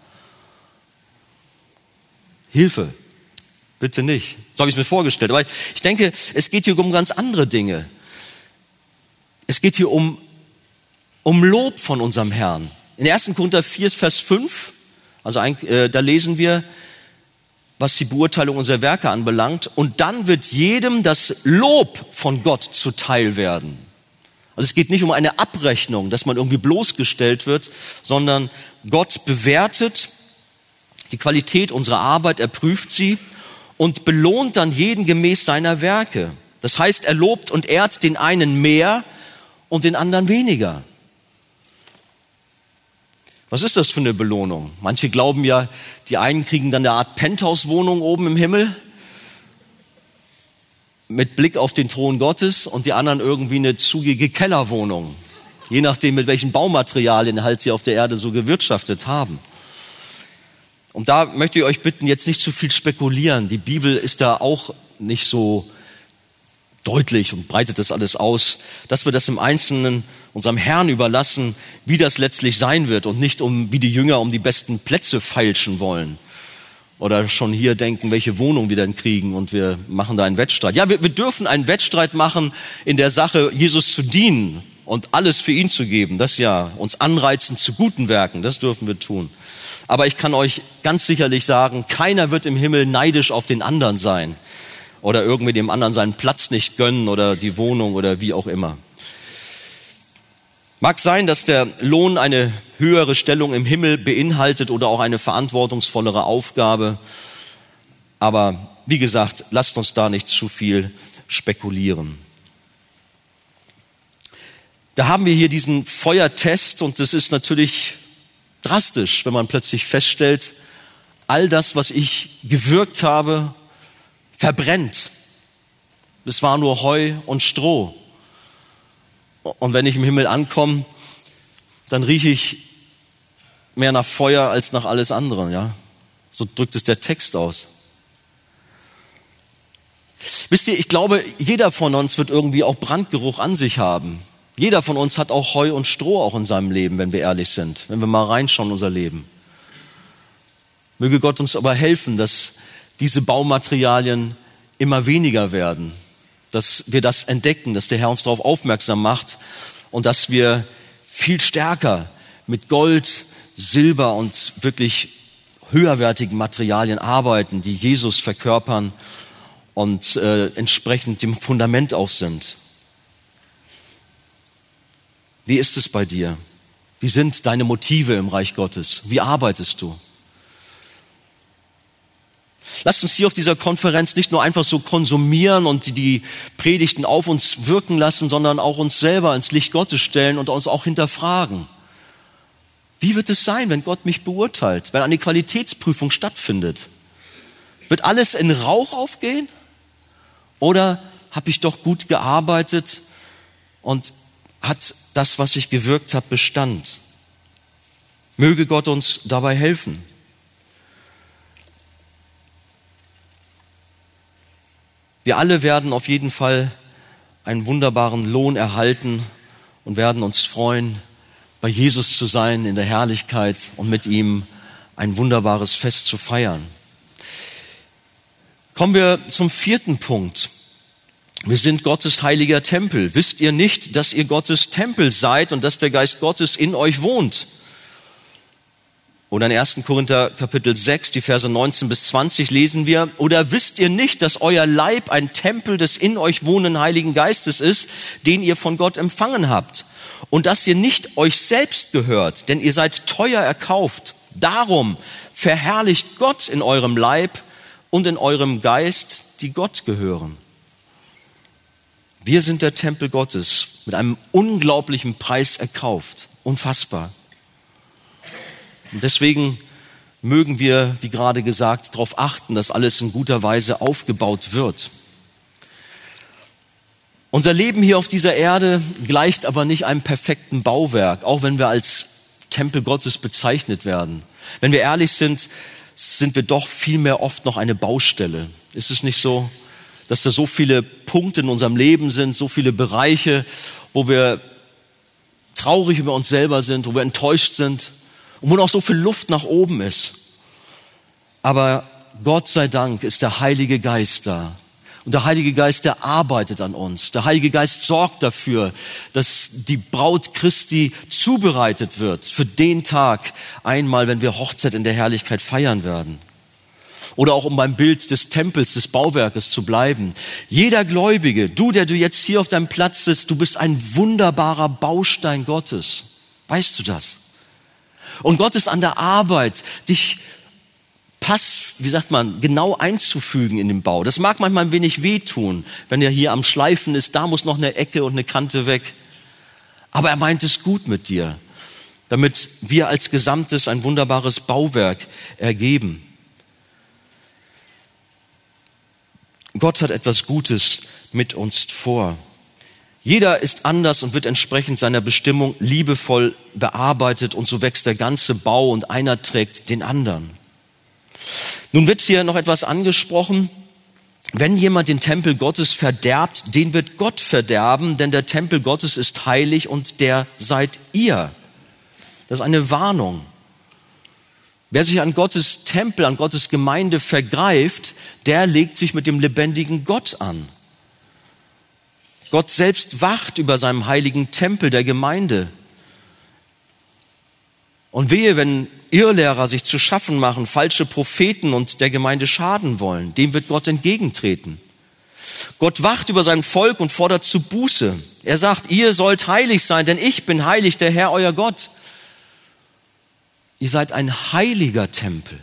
Hilfe, bitte nicht. So habe ich es mir vorgestellt. Aber ich denke, es geht hier um ganz andere Dinge. Es geht hier um Lob von unserem Herrn. In 1. Korinther 4, Vers 5, also da lesen wir, was die Beurteilung unserer Werke anbelangt. Und dann wird jedem das Lob von Gott zuteil werden. Also es geht nicht um eine Abrechnung, dass man irgendwie bloßgestellt wird, sondern Gott bewertet die Qualität unserer Arbeit, er prüft sie und belohnt dann jeden gemäß seiner Werke. Das heißt, er lobt und ehrt den einen mehr und den anderen weniger. Was ist das für eine Belohnung? Manche glauben ja, die einen kriegen dann eine Art Penthouse-Wohnung oben im Himmel mit Blick auf den Thron Gottes und die anderen irgendwie eine zugige Kellerwohnung. Je nachdem, mit welchen Baumaterialien halt sie auf der Erde so gewirtschaftet haben. Und da möchte ich euch bitten, jetzt nicht zu viel spekulieren. Die Bibel ist da auch nicht so deutlich und breitet das alles aus, dass wir das im Einzelnen unserem Herrn überlassen, wie das letztlich sein wird und nicht wie die Jünger um die besten Plätze feilschen wollen oder schon hier denken, welche Wohnung wir dann kriegen und wir machen da einen Wettstreit. Ja, wir dürfen einen Wettstreit machen in der Sache, Jesus zu dienen und alles für ihn zu geben, das ja, uns anreizen zu guten Werken, das dürfen wir tun. Aber ich kann euch ganz sicherlich sagen, keiner wird im Himmel neidisch auf den anderen sein oder irgendwie dem anderen seinen Platz nicht gönnen oder die Wohnung oder wie auch immer. Mag sein, dass der Lohn eine höhere Stellung im Himmel beinhaltet oder auch eine verantwortungsvollere Aufgabe. Aber wie gesagt, lasst uns da nicht zu viel spekulieren. Da haben wir hier diesen Feuertest und das ist natürlich drastisch, wenn man plötzlich feststellt, all das, was ich gewirkt habe, verbrennt. Es war nur Heu und Stroh. Und wenn ich im Himmel ankomme, dann rieche ich mehr nach Feuer als nach alles andere. Ja? So drückt es der Text aus. Wisst ihr, ich glaube, jeder von uns wird irgendwie auch Brandgeruch an sich haben. Jeder von uns hat auch Heu und Stroh auch in seinem Leben, wenn wir ehrlich sind, wenn wir mal reinschauen in unser Leben. Möge Gott uns aber helfen, dass diese Baumaterialien immer weniger werden, dass wir das entdecken, dass der Herr uns darauf aufmerksam macht und dass wir viel stärker mit Gold, Silber und wirklich höherwertigen Materialien arbeiten, die Jesus verkörpern und entsprechend dem Fundament auch sind. Wie ist es bei dir? Wie sind deine Motive im Reich Gottes? Wie arbeitest du? Lasst uns hier auf dieser Konferenz nicht nur einfach so konsumieren und die Predigten auf uns wirken lassen, sondern auch uns selber ins Licht Gottes stellen und uns auch hinterfragen. Wie wird es sein, wenn Gott mich beurteilt, wenn eine Qualitätsprüfung stattfindet? Wird alles in Rauch aufgehen? Oder habe ich doch gut gearbeitet und hat das, was ich gewirkt habe, Bestand? Möge Gott uns dabei helfen. Wir alle werden auf jeden Fall einen wunderbaren Lohn erhalten und werden uns freuen, bei Jesus zu sein in der Herrlichkeit und mit ihm ein wunderbares Fest zu feiern. Kommen wir zum 4. Punkt. Wir sind Gottes heiliger Tempel. Wisst ihr nicht, dass ihr Gottes Tempel seid und dass der Geist Gottes in euch wohnt? Oder in 1. Korinther Kapitel 6, die Verse 19 bis 20 lesen wir, oder wisst ihr nicht, dass euer Leib ein Tempel des in euch wohnenden Heiligen Geistes ist, den ihr von Gott empfangen habt, und dass ihr nicht euch selbst gehört, denn ihr seid teuer erkauft. Darum verherrlicht Gott in eurem Leib und in eurem Geist, die Gott gehören. Wir sind der Tempel Gottes, mit einem unglaublichen Preis erkauft. Unfassbar. Und deswegen mögen wir, wie gerade gesagt, darauf achten, dass alles in guter Weise aufgebaut wird. Unser Leben hier auf dieser Erde gleicht aber nicht einem perfekten Bauwerk, auch wenn wir als Tempel Gottes bezeichnet werden. Wenn wir ehrlich sind, sind wir doch vielmehr oft noch eine Baustelle. Ist es nicht so, dass da so viele Punkte in unserem Leben sind, so viele Bereiche, wo wir traurig über uns selber sind, wo wir enttäuscht sind und wo noch so viel Luft nach oben ist. Aber Gott sei Dank ist der Heilige Geist da. Und der Heilige Geist, der arbeitet an uns. Der Heilige Geist sorgt dafür, dass die Braut Christi zubereitet wird für den Tag einmal, wenn wir Hochzeit in der Herrlichkeit feiern werden. Oder auch um beim Bild des Tempels, des Bauwerkes zu bleiben. Jeder Gläubige, du, der du jetzt hier auf deinem Platz sitzt, du bist ein wunderbarer Baustein Gottes. Weißt du das? Und Gott ist an der Arbeit, dich genau einzufügen in den Bau. Das mag manchmal ein wenig wehtun, wenn er hier am Schleifen ist, da muss noch eine Ecke und eine Kante weg. Aber er meint es gut mit dir, damit wir als Gesamtes ein wunderbares Bauwerk ergeben. Gott hat etwas Gutes mit uns vor. Jeder ist anders und wird entsprechend seiner Bestimmung liebevoll bearbeitet und so wächst der ganze Bau und einer trägt den anderen. Nun wird hier noch etwas angesprochen. Wenn jemand den Tempel Gottes verderbt, den wird Gott verderben, denn der Tempel Gottes ist heilig und der seid ihr. Das ist eine Warnung. Wer sich an Gottes Tempel, an Gottes Gemeinde vergreift, der legt sich mit dem lebendigen Gott an. Gott selbst wacht über seinem heiligen Tempel der Gemeinde. Und wehe, wenn Irrlehrer sich zu schaffen machen, falsche Propheten und der Gemeinde schaden wollen, dem wird Gott entgegentreten. Gott wacht über sein Volk und fordert zu Buße. Er sagt, ihr sollt heilig sein, denn ich bin heilig, der Herr, euer Gott. Ihr seid ein heiliger Tempel.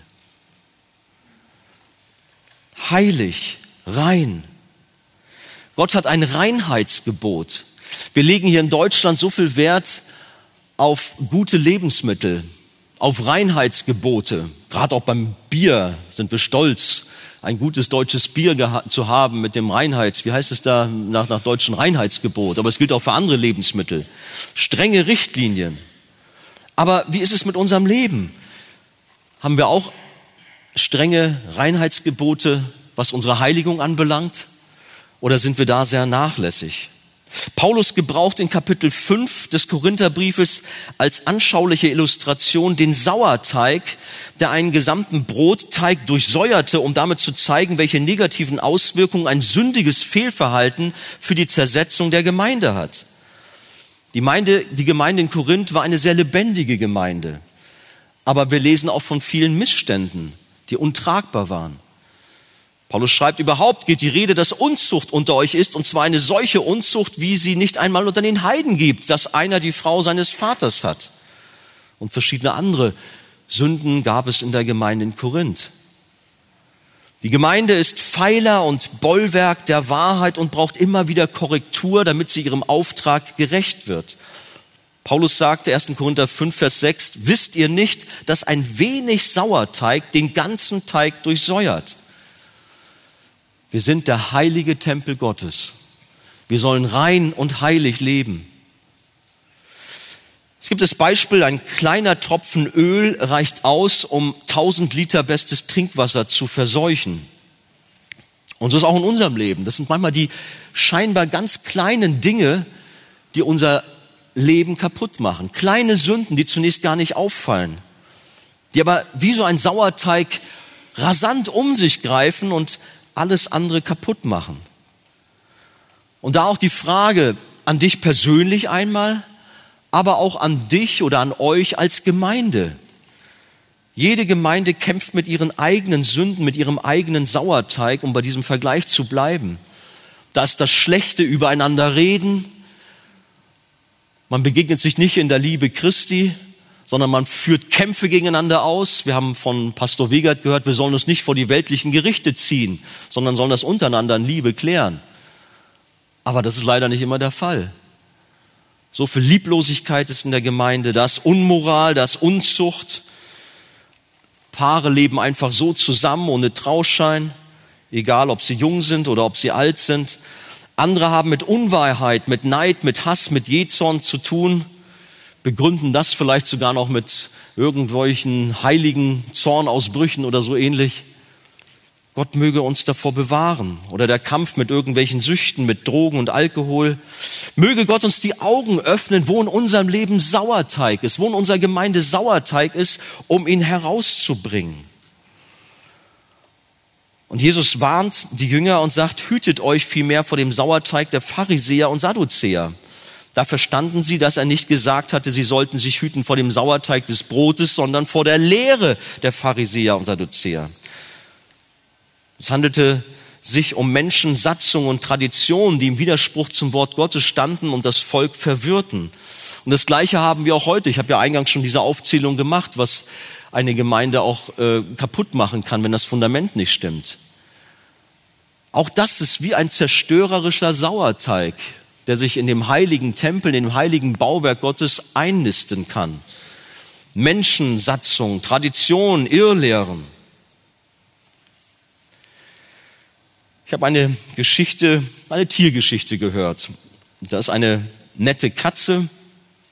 Heilig, rein. Gott hat ein Reinheitsgebot. Wir legen hier in Deutschland so viel Wert auf gute Lebensmittel, auf Reinheitsgebote. Gerade auch beim Bier sind wir stolz, ein gutes deutsches Bier zu haben mit dem wie heißt es da, nach deutschem Reinheitsgebot. Aber es gilt auch für andere Lebensmittel. Strenge Richtlinien. Aber wie ist es mit unserem Leben? Haben wir auch strenge Reinheitsgebote, was unsere Heiligung anbelangt? Oder sind wir da sehr nachlässig? Paulus gebraucht in Kapitel 5 des Korintherbriefes als anschauliche Illustration den Sauerteig, der einen gesamten Brotteig durchsäuerte, um damit zu zeigen, welche negativen Auswirkungen ein sündiges Fehlverhalten für die Zersetzung der Gemeinde hat. Die Gemeinde in Korinth war eine sehr lebendige Gemeinde. Aber wir lesen auch von vielen Missständen, die untragbar waren. Paulus schreibt, überhaupt geht die Rede, dass Unzucht unter euch ist, und zwar eine solche Unzucht, wie sie nicht einmal unter den Heiden gibt, dass einer die Frau seines Vaters hat. Und verschiedene andere Sünden gab es in der Gemeinde in Korinth. Die Gemeinde ist Pfeiler und Bollwerk der Wahrheit und braucht immer wieder Korrektur, damit sie ihrem Auftrag gerecht wird. Paulus sagte, 1. Korinther 5, Vers 6, wisst ihr nicht, dass ein wenig Sauerteig den ganzen Teig durchsäuert? Wir sind der heilige Tempel Gottes. Wir sollen rein und heilig leben. Es gibt das Beispiel, ein kleiner Tropfen Öl reicht aus, um 1000 Liter bestes Trinkwasser zu verseuchen. Und so ist auch in unserem Leben. Das sind manchmal die scheinbar ganz kleinen Dinge, die unser Leben kaputt machen. Kleine Sünden, die zunächst gar nicht auffallen, die aber wie so ein Sauerteig rasant um sich greifen und alles andere kaputt machen. Und da auch die Frage an dich persönlich einmal, aber auch an dich oder an euch als Gemeinde. Jede Gemeinde kämpft mit ihren eigenen Sünden, mit ihrem eigenen Sauerteig, um bei diesem Vergleich zu bleiben. Da ist das schlechte Übereinander reden. Man begegnet sich nicht in der Liebe Christi, sondern man führt Kämpfe gegeneinander aus. Wir haben von Pastor Wegert gehört, wir sollen uns nicht vor die weltlichen Gerichte ziehen, sondern sollen das untereinander in Liebe klären. Aber das ist leider nicht immer der Fall. So viel Lieblosigkeit ist in der Gemeinde, da ist Unmoral, da ist Unzucht. Paare leben einfach so zusammen, ohne Trauschein, egal ob sie jung sind oder ob sie alt sind. Andere haben mit Unwahrheit, mit Neid, mit Hass, mit Jähzorn zu tun, begründen das vielleicht sogar noch mit irgendwelchen heiligen Zornausbrüchen oder so ähnlich. Gott möge uns davor bewahren. Oder der Kampf mit irgendwelchen Süchten, mit Drogen und Alkohol. Möge Gott uns die Augen öffnen, wo in unserem Leben Sauerteig ist, wo in unserer Gemeinde Sauerteig ist, um ihn herauszubringen. Und Jesus warnt die Jünger und sagt, hütet euch vielmehr vor dem Sauerteig der Pharisäer und Sadduzäer. Da verstanden sie, dass er nicht gesagt hatte, sie sollten sich hüten vor dem Sauerteig des Brotes, sondern vor der Lehre der Pharisäer und Sadduzäer. Es handelte sich um Menschen, Satzungen und Traditionen, die im Widerspruch zum Wort Gottes standen und das Volk verwirrten. Und das Gleiche haben wir auch heute. Ich habe ja eingangs schon diese Aufzählung gemacht, was eine Gemeinde auch kaputt machen kann, wenn das Fundament nicht stimmt. Auch das ist wie ein zerstörerischer Sauerteig, der sich in dem heiligen Tempel, in dem heiligen Bauwerk Gottes einnisten kann. Menschen, Satzungen, Traditionen, Irrlehren. Ich habe eine Tiergeschichte gehört. Da ist eine nette Katze,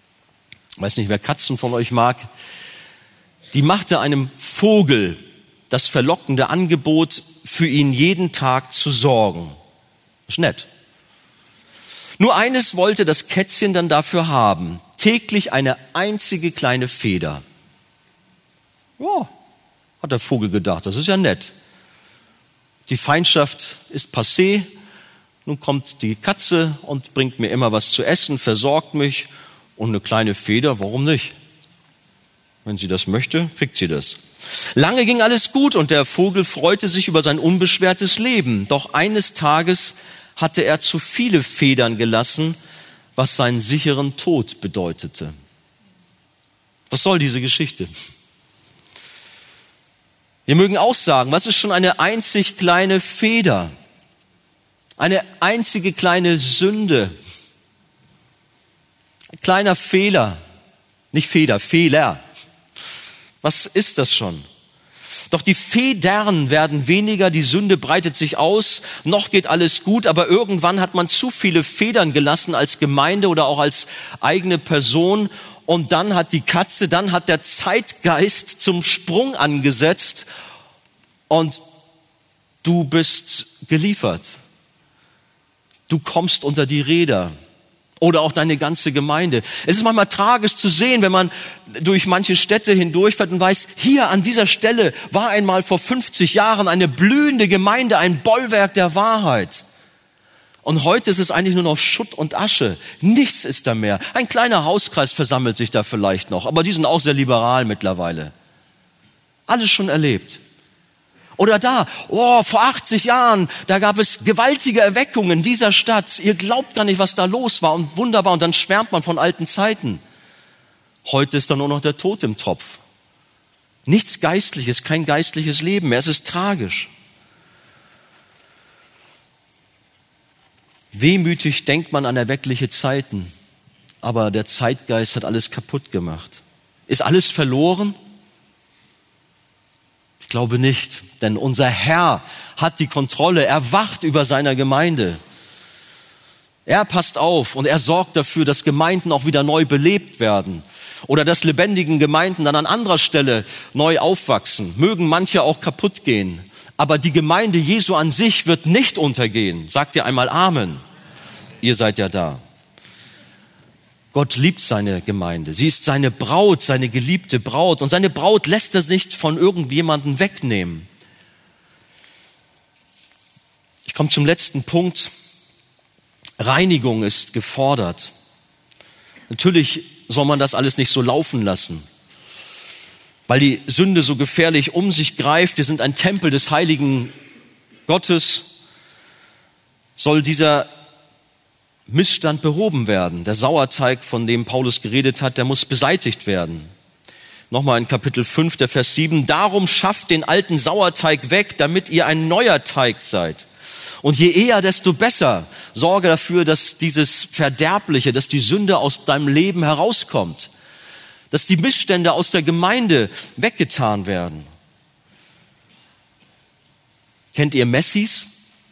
ich weiß nicht, wer Katzen von euch mag, die machte einem Vogel das verlockende Angebot, für ihn jeden Tag zu sorgen. Ist nett. Nur eines wollte das Kätzchen dann dafür haben: täglich eine einzige kleine Feder. Ja, hat der Vogel gedacht, das ist ja nett. Die Feindschaft ist passé. Nun kommt die Katze und bringt mir immer was zu essen, versorgt mich, und eine kleine Feder, warum nicht? Wenn sie das möchte, kriegt sie das. Lange ging alles gut und der Vogel freute sich über sein unbeschwertes Leben. Doch eines Tages hatte er zu viele Federn gelassen, was seinen sicheren Tod bedeutete. Was soll diese Geschichte? Wir mögen auch sagen, was ist schon eine einzig kleine Feder? Eine einzige kleine Sünde. Ein kleiner Fehler. Nicht Feder, Fehler. Was ist das schon? Doch die Federn werden weniger, die Sünde breitet sich aus, noch geht alles gut, aber irgendwann hat man zu viele Federn gelassen als Gemeinde oder auch als eigene Person, und dann hat die Katze, dann hat der Zeitgeist zum Sprung angesetzt und du bist geliefert. Du kommst unter die Räder. Oder auch deine ganze Gemeinde. Es ist manchmal tragisch zu sehen, wenn man durch manche Städte hindurchfährt und weiß, hier an dieser Stelle war einmal vor 50 Jahren eine blühende Gemeinde, ein Bollwerk der Wahrheit. Und heute ist es eigentlich nur noch Schutt und Asche. Nichts ist da mehr. Ein kleiner Hauskreis versammelt sich da vielleicht noch, aber die sind auch sehr liberal mittlerweile. Alles schon erlebt. Oder da, vor 80 Jahren, da gab es gewaltige Erweckungen in dieser Stadt. Ihr glaubt gar nicht, was da los war, und wunderbar. Und dann schwärmt man von alten Zeiten. Heute ist da nur noch der Tod im Topf. Nichts Geistliches, kein geistliches Leben mehr. Es ist tragisch. Wehmütig denkt man an erweckliche Zeiten. Aber der Zeitgeist hat alles kaputt gemacht. Ist alles verloren? Ich glaube nicht, denn unser Herr hat die Kontrolle, er wacht über seiner Gemeinde. Er passt auf und er sorgt dafür, dass Gemeinden auch wieder neu belebt werden oder dass lebendigen Gemeinden dann an anderer Stelle neu aufwachsen. Mögen manche auch kaputt gehen, aber die Gemeinde Jesu an sich wird nicht untergehen. Sagt ihr einmal Amen. Ihr seid ja da. Gott liebt seine Gemeinde. Sie ist seine Braut, seine geliebte Braut. Und seine Braut lässt er nicht von irgendjemandem wegnehmen. Ich komme zum letzten Punkt. Reinigung ist gefordert. Natürlich soll man das alles nicht so laufen lassen, weil die Sünde so gefährlich um sich greift. Wir sind ein Tempel des heiligen Gottes. Soll dieser Missstand behoben werden. Der Sauerteig, von dem Paulus geredet hat, der muss beseitigt werden. Nochmal in Kapitel 5, der Vers 7. Darum schafft den alten Sauerteig weg, damit ihr ein neuer Teig seid. Und je eher, desto besser. Sorge dafür, dass dieses Verderbliche, dass die Sünde aus deinem Leben herauskommt. Dass die Missstände aus der Gemeinde weggetan werden. Kennt ihr Messis?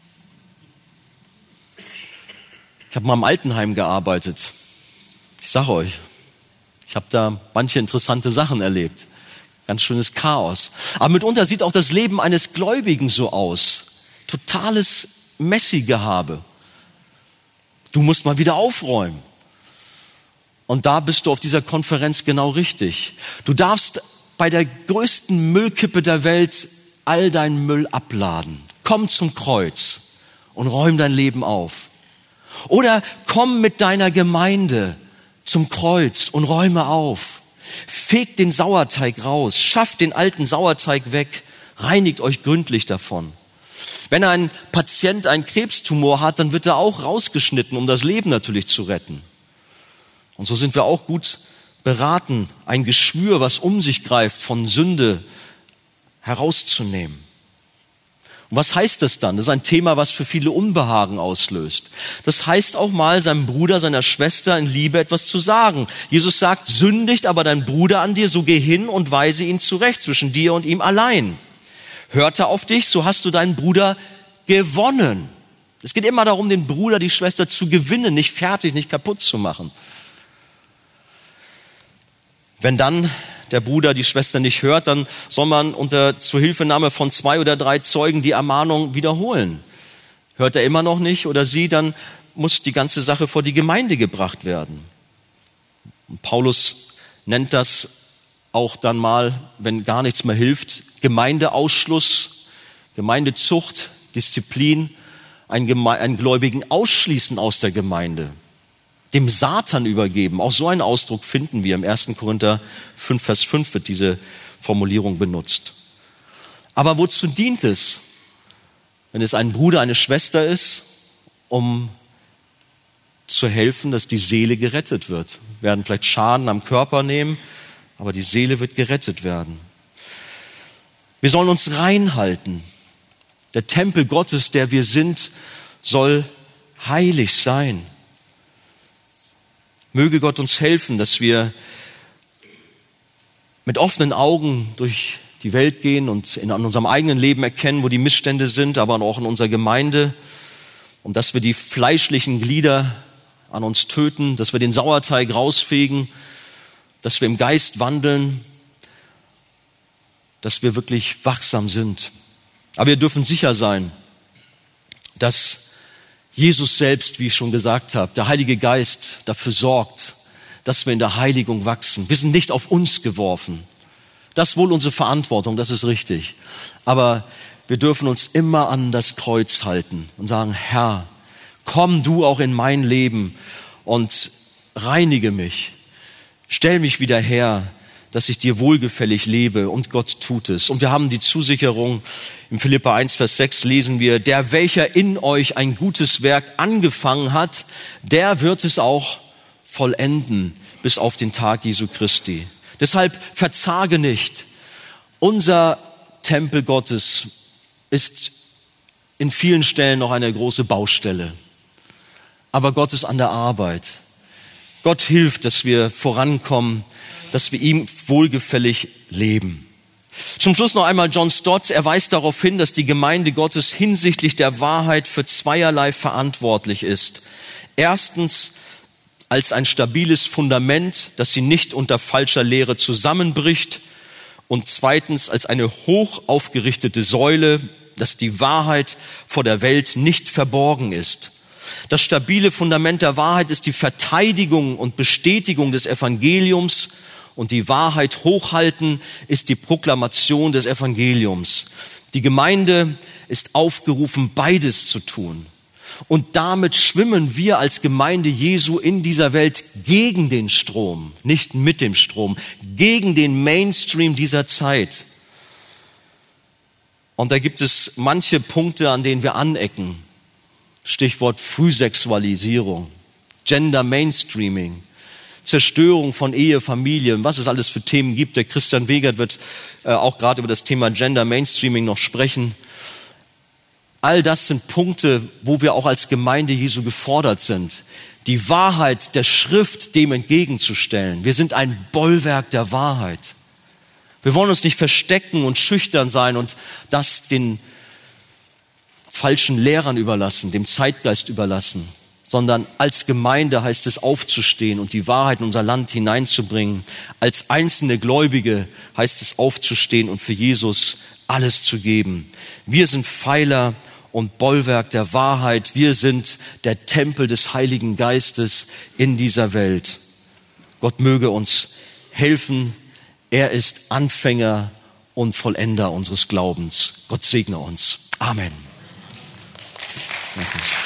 Ich habe mal im Altenheim gearbeitet. Ich sage euch, ich habe da manche interessante Sachen erlebt. Ganz schönes Chaos. Aber mitunter sieht auch das Leben eines Gläubigen so aus. Totales Messi-Gehabe. Du musst mal wieder aufräumen. Und da bist du auf dieser Konferenz genau richtig. Du darfst bei der größten Müllkippe der Welt all deinen Müll abladen. Komm zum Kreuz und räum dein Leben auf. Oder komm mit deiner Gemeinde zum Kreuz und räume auf. Fegt den Sauerteig raus, schafft den alten Sauerteig weg, reinigt euch gründlich davon. Wenn ein Patient einen Krebstumor hat, dann wird er auch rausgeschnitten, um das Leben natürlich zu retten. Und so sind wir auch gut beraten, ein Geschwür, was um sich greift, von Sünde herauszunehmen. Und was heißt das dann? Das ist ein Thema, was für viele Unbehagen auslöst. Das heißt auch mal, seinem Bruder, seiner Schwester in Liebe etwas zu sagen. Jesus sagt, sündigt aber dein Bruder an dir, so geh hin und weise ihn zurecht zwischen dir und ihm allein. Hört er auf dich, so hast du deinen Bruder gewonnen. Es geht immer darum, den Bruder, die Schwester zu gewinnen, nicht fertig, nicht kaputt zu machen. Wenn dann der Bruder die Schwester nicht hört, dann soll man unter Zuhilfenahme von 2 oder 3 Zeugen die Ermahnung wiederholen. Hört er immer noch nicht oder sie, dann muss die ganze Sache vor die Gemeinde gebracht werden. Und Paulus nennt das auch dann mal, wenn gar nichts mehr hilft, Gemeindeausschluss, Gemeindezucht, Disziplin, einen Gläubigen ausschließen aus der Gemeinde, dem Satan übergeben. Auch so einen Ausdruck finden wir im 1. Korinther 5, Vers 5 wird diese Formulierung benutzt. Aber wozu dient es, wenn es ein Bruder, eine Schwester ist, um zu helfen, dass die Seele gerettet wird? Wir werden vielleicht Schaden am Körper nehmen, aber die Seele wird gerettet werden. Wir sollen uns reinhalten. Der Tempel Gottes, der wir sind, soll heilig sein. Möge Gott uns helfen, dass wir mit offenen Augen durch die Welt gehen und in unserem eigenen Leben erkennen, wo die Missstände sind, aber auch in unserer Gemeinde. Und dass wir die fleischlichen Glieder an uns töten, dass wir den Sauerteig rausfegen, dass wir im Geist wandeln, dass wir wirklich wachsam sind. Aber wir dürfen sicher sein, dass Jesus selbst, wie ich schon gesagt habe, der Heilige Geist dafür sorgt, dass wir in der Heiligung wachsen. Wir sind nicht auf uns geworfen. Das ist wohl unsere Verantwortung, das ist richtig. Aber wir dürfen uns immer an das Kreuz halten und sagen, Herr, komm du auch in mein Leben und reinige mich. Stell mich wieder her, dass ich dir wohlgefällig lebe, und Gott tut es. Und wir haben die Zusicherung, im Philipper 1, Vers 6 lesen wir, der, welcher in euch ein gutes Werk angefangen hat, der wird es auch vollenden bis auf den Tag Jesu Christi. Deshalb verzage nicht. Unser Tempel Gottes ist in vielen Stellen noch eine große Baustelle. Aber Gott ist an der Arbeit. Gott hilft, dass wir vorankommen, dass wir ihm wohlgefällig leben. Zum Schluss noch einmal John Stott. Er weist darauf hin, dass die Gemeinde Gottes hinsichtlich der Wahrheit für zweierlei verantwortlich ist. Erstens als ein stabiles Fundament, dass sie nicht unter falscher Lehre zusammenbricht. Und zweitens als eine hoch aufgerichtete Säule, dass die Wahrheit vor der Welt nicht verborgen ist. Das stabile Fundament der Wahrheit ist die Verteidigung und Bestätigung des Evangeliums, und die Wahrheit hochhalten ist die Proklamation des Evangeliums. Die Gemeinde ist aufgerufen, beides zu tun. Und damit schwimmen wir als Gemeinde Jesu in dieser Welt gegen den Strom, nicht mit dem Strom, gegen den Mainstream dieser Zeit. Und da gibt es manche Punkte, an denen wir anecken. Stichwort Frühsexualisierung, Gender Mainstreaming, Zerstörung von Ehe, Familie, was es alles für Themen gibt. Der Christian Wegert wird auch gerade über das Thema Gender Mainstreaming noch sprechen. All das sind Punkte, wo wir auch als Gemeinde Jesu gefordert sind, die Wahrheit der Schrift dem entgegenzustellen. Wir sind ein Bollwerk der Wahrheit. Wir wollen uns nicht verstecken und schüchtern sein und das den falschen Lehrern überlassen, dem Zeitgeist überlassen, sondern als Gemeinde heißt es aufzustehen und die Wahrheit in unser Land hineinzubringen. Als einzelne Gläubige heißt es aufzustehen und für Jesus alles zu geben. Wir sind Pfeiler und Bollwerk der Wahrheit. Wir sind der Tempel des Heiligen Geistes in dieser Welt. Gott möge uns helfen. Er ist Anfänger und Vollender unseres Glaubens. Gott segne uns. Amen. Danke.